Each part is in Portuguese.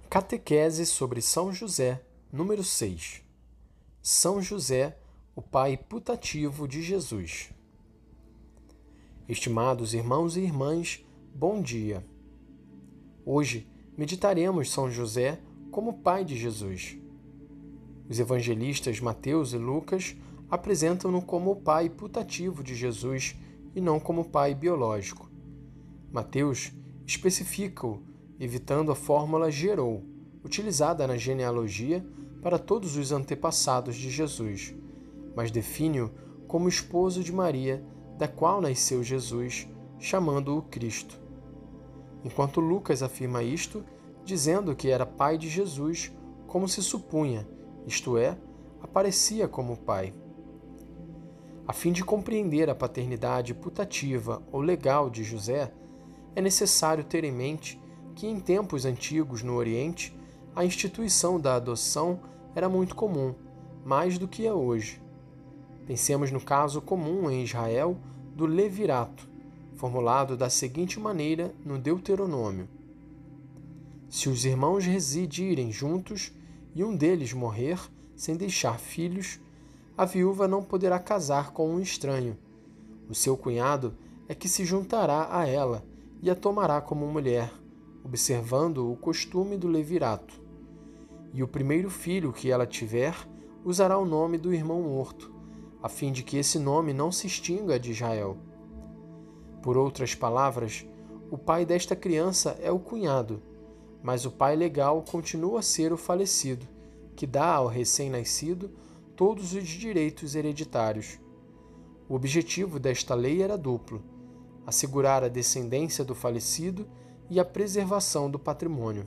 Catequese sobre São José, número 6. São José, o pai putativo de Jesus. Estimados irmãos e irmãs, bom dia. Hoje meditaremos São José como pai de Jesus. Os evangelistas Mateus e Lucas apresentam-no como o pai putativo de Jesus e não como pai biológico. Mateus especifica-o, evitando a fórmula gerou, utilizada na genealogia para todos os antepassados de Jesus, mas define-o como esposo de Maria, da qual nasceu Jesus, chamando-o Cristo. Enquanto Lucas afirma isto, dizendo que era pai de Jesus, como se supunha, isto é, aparecia como pai. A fim de compreender a paternidade putativa ou legal de José, é necessário ter em mente que em tempos antigos no Oriente, a instituição da adoção era muito comum, mais do que é hoje. Pensemos no caso comum em Israel do levirato, formulado da seguinte maneira no Deuteronômio: se os irmãos residirem juntos e um deles morrer sem deixar filhos, a viúva não poderá casar com um estranho. O seu cunhado é que se juntará a ela e a tomará como mulher, observando o costume do levirato. E o primeiro filho que ela tiver usará o nome do irmão morto, a fim de que esse nome não se extinga de Israel. Por outras palavras, o pai desta criança é o cunhado, mas o pai legal continua a ser o falecido, que dá ao recém-nascido todos os direitos hereditários. O objetivo desta lei era duplo: assegurar a descendência do falecido e a preservação do patrimônio.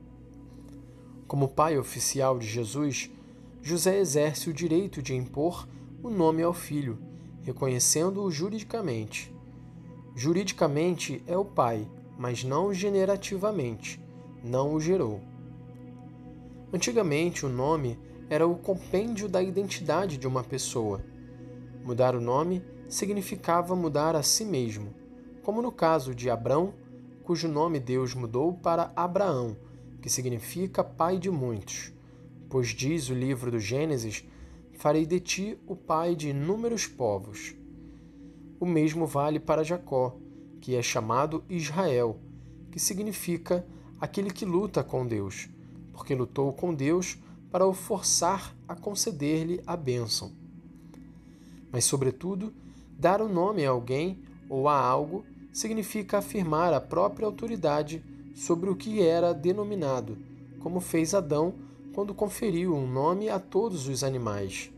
Como pai oficial de Jesus, José exerce o direito de impor o nome ao filho, reconhecendo-o juridicamente. Juridicamente é o pai, mas não generativamente, não o gerou. Antigamente, o nome era o compêndio da identidade de uma pessoa. Mudar o nome significava mudar a si mesmo, como no caso de Abrão, cujo nome Deus mudou para Abraão, que significa pai de muitos, pois diz o livro do Gênesis: farei de ti o pai de inúmeros povos. O mesmo vale para Jacó, que é chamado Israel, que significa aquele que luta com Deus, porque lutou com Deus para o forçar a conceder-lhe a bênção. Mas, sobretudo, dar o nome a alguém ou a algo significa afirmar a própria autoridade sobre o que era denominado, como fez Adão quando conferiu um nome a todos os animais.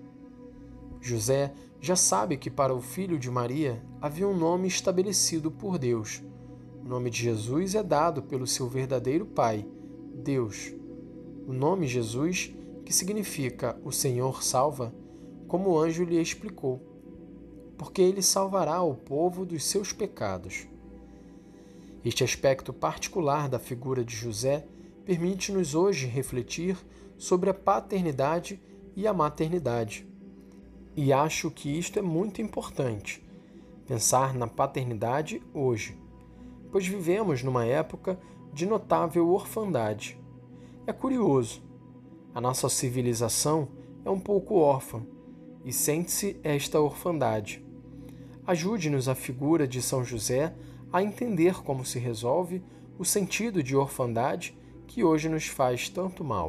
José já sabe que para o filho de Maria havia um nome estabelecido por Deus. O nome de Jesus é dado pelo seu verdadeiro pai, Deus. O nome Jesus, que significa o Senhor salva, como o anjo lhe explicou, porque ele salvará o povo dos seus pecados. Este aspecto particular da figura de José permite-nos hoje refletir sobre a paternidade e a maternidade. E acho que isto é muito importante, pensar na paternidade hoje, pois vivemos numa época de notável orfandade. É curioso, a nossa civilização é um pouco órfã e sente-se esta orfandade. Ajude-nos a figura de São José a entender como se resolve o sentido de orfandade que hoje nos faz tanto mal.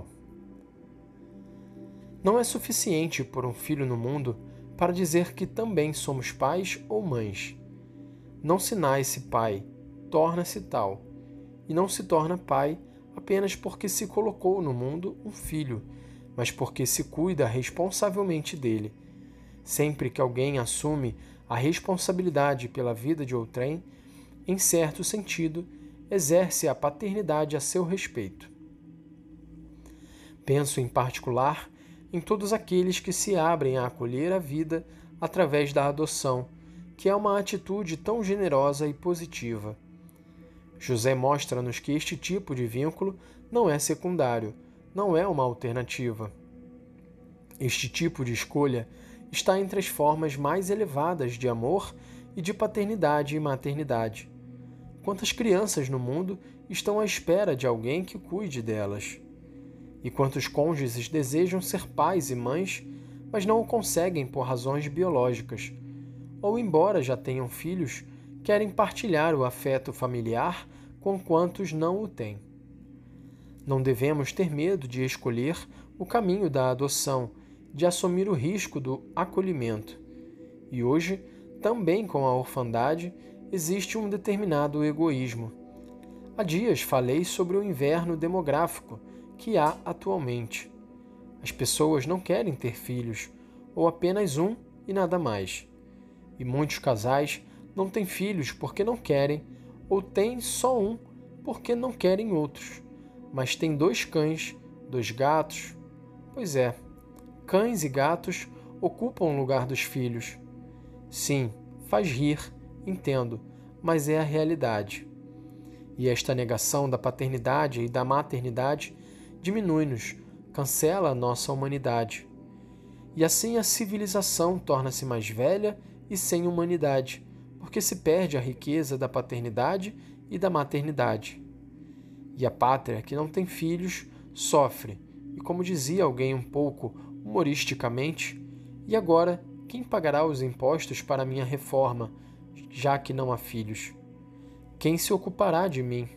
Não é suficiente pôr um filho no mundo para dizer que também somos pais ou mães. Não se nasce pai, torna-se tal, e não se torna pai apenas porque se colocou no mundo um filho, mas porque se cuida responsavelmente dele. Sempre que alguém assume a responsabilidade pela vida de outrem, em certo sentido, exerce a paternidade a seu respeito. Penso, em particular, em todos aqueles que se abrem a acolher a vida através da adoção, que é uma atitude tão generosa e positiva. José mostra-nos que este tipo de vínculo não é secundário, não é uma alternativa. Este tipo de escolha está entre as formas mais elevadas de amor e de paternidade e maternidade. Quantas crianças no mundo estão à espera de alguém que cuide delas. E quantos cônjuges desejam ser pais e mães, mas não o conseguem por razões biológicas, ou embora já tenham filhos, querem partilhar o afeto familiar com quantos não o têm. Não devemos ter medo de escolher o caminho da adoção, de assumir o risco do acolhimento. E hoje, também com a orfandade, existe um determinado egoísmo. Há dias falei sobre o inverno demográfico que há atualmente. As pessoas não querem ter filhos, ou apenas um e nada mais. E muitos casais não têm filhos porque não querem, ou têm só um porque não querem outros. Mas têm 2 cães, 2 gatos. Pois é, cães e gatos ocupam o lugar dos filhos. Sim, faz rir, entendo, mas é a realidade. E esta negação da paternidade e da maternidade diminui-nos, cancela a nossa humanidade. E assim a civilização torna-se mais velha e sem humanidade, porque se perde a riqueza da paternidade e da maternidade. E a pátria que não tem filhos sofre, e como dizia alguém um pouco humoristicamente, e agora quem pagará os impostos para a minha reforma, já que não há filhos? Quem se ocupará de mim?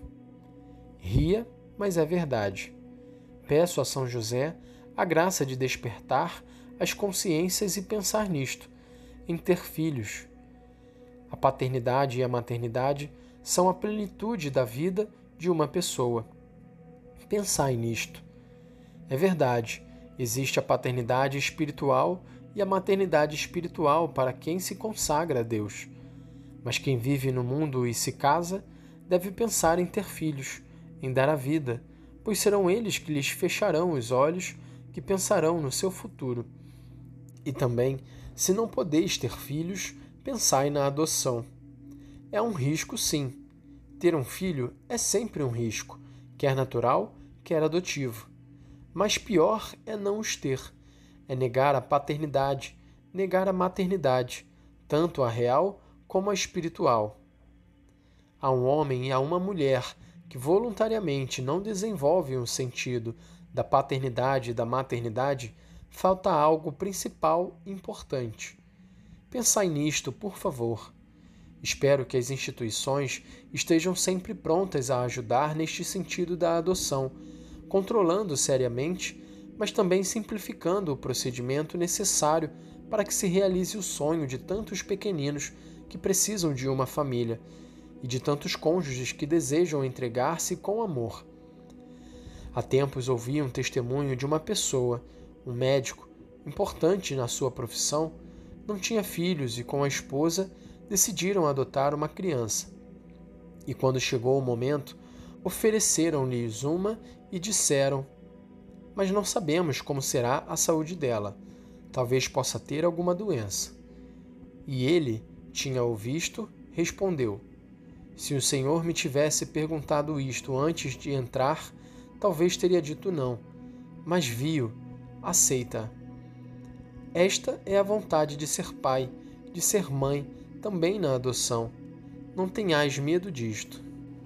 Ria, mas é verdade. Peço a São José a graça de despertar as consciências e pensar nisto, em ter filhos. A paternidade e a maternidade são a plenitude da vida de uma pessoa. Pensai nisto. É verdade, existe a paternidade espiritual e a maternidade espiritual para quem se consagra a Deus. Mas quem vive no mundo e se casa deve pensar em ter filhos, em dar a vida, pois serão eles que lhes fecharão os olhos, que pensarão no seu futuro. E também, se não podeis ter filhos, pensai na adoção. É um risco, sim. Ter um filho é sempre um risco, quer natural, quer adotivo. Mas pior é não os ter. É negar a paternidade, negar a maternidade, tanto a real como a espiritual. Há um homem e há uma mulher que voluntariamente não desenvolvem o sentido da paternidade e da maternidade, falta algo principal e importante. Pensai nisto, por favor. Espero que as instituições estejam sempre prontas a ajudar neste sentido da adoção, controlando seriamente, mas também simplificando o procedimento necessário para que se realize o sonho de tantos pequeninos que precisam de uma família e de tantos cônjuges que desejam entregar-se com amor. Há tempos ouvi um testemunho de uma pessoa, um médico, importante na sua profissão, não tinha filhos e com a esposa decidiram adotar uma criança. E quando chegou o momento, ofereceram-lhes uma e disseram: mas não sabemos como será a saúde dela. Talvez possa ter alguma doença. E ele, tinha o visto, respondeu: se o Senhor me tivesse perguntado isto antes de entrar, talvez teria dito não, mas viu, aceita. Esta é a vontade de ser pai, de ser mãe, também na adoção. Não tenhais medo disto.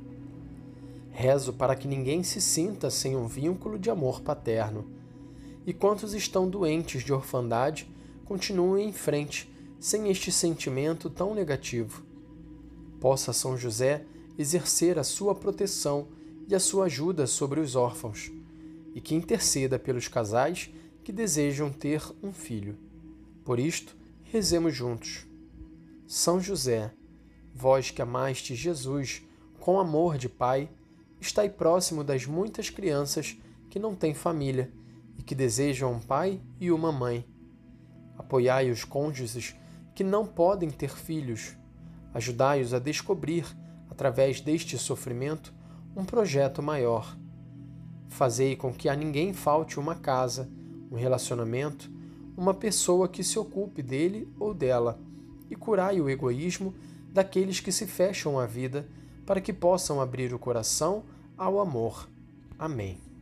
Rezo para que ninguém se sinta sem um vínculo de amor paterno. E quantos estão doentes de orfandade, continuem em frente, sem este sentimento tão negativo. Possa São José exercer a sua proteção e a sua ajuda sobre os órfãos, e que interceda pelos casais que desejam ter um filho. Por isto, rezemos juntos. São José, vós que amaste Jesus com amor de Pai, estai próximo das muitas crianças que não têm família e que desejam um pai e uma mãe. Apoiai os cônjuges que não podem ter filhos. Ajudai-os a descobrir, através deste sofrimento, um projeto maior. Fazei com que a ninguém falte uma casa, um relacionamento, uma pessoa que se ocupe dele ou dela, e curai o egoísmo daqueles que se fecham à vida para que possam abrir o coração ao amor. Amém.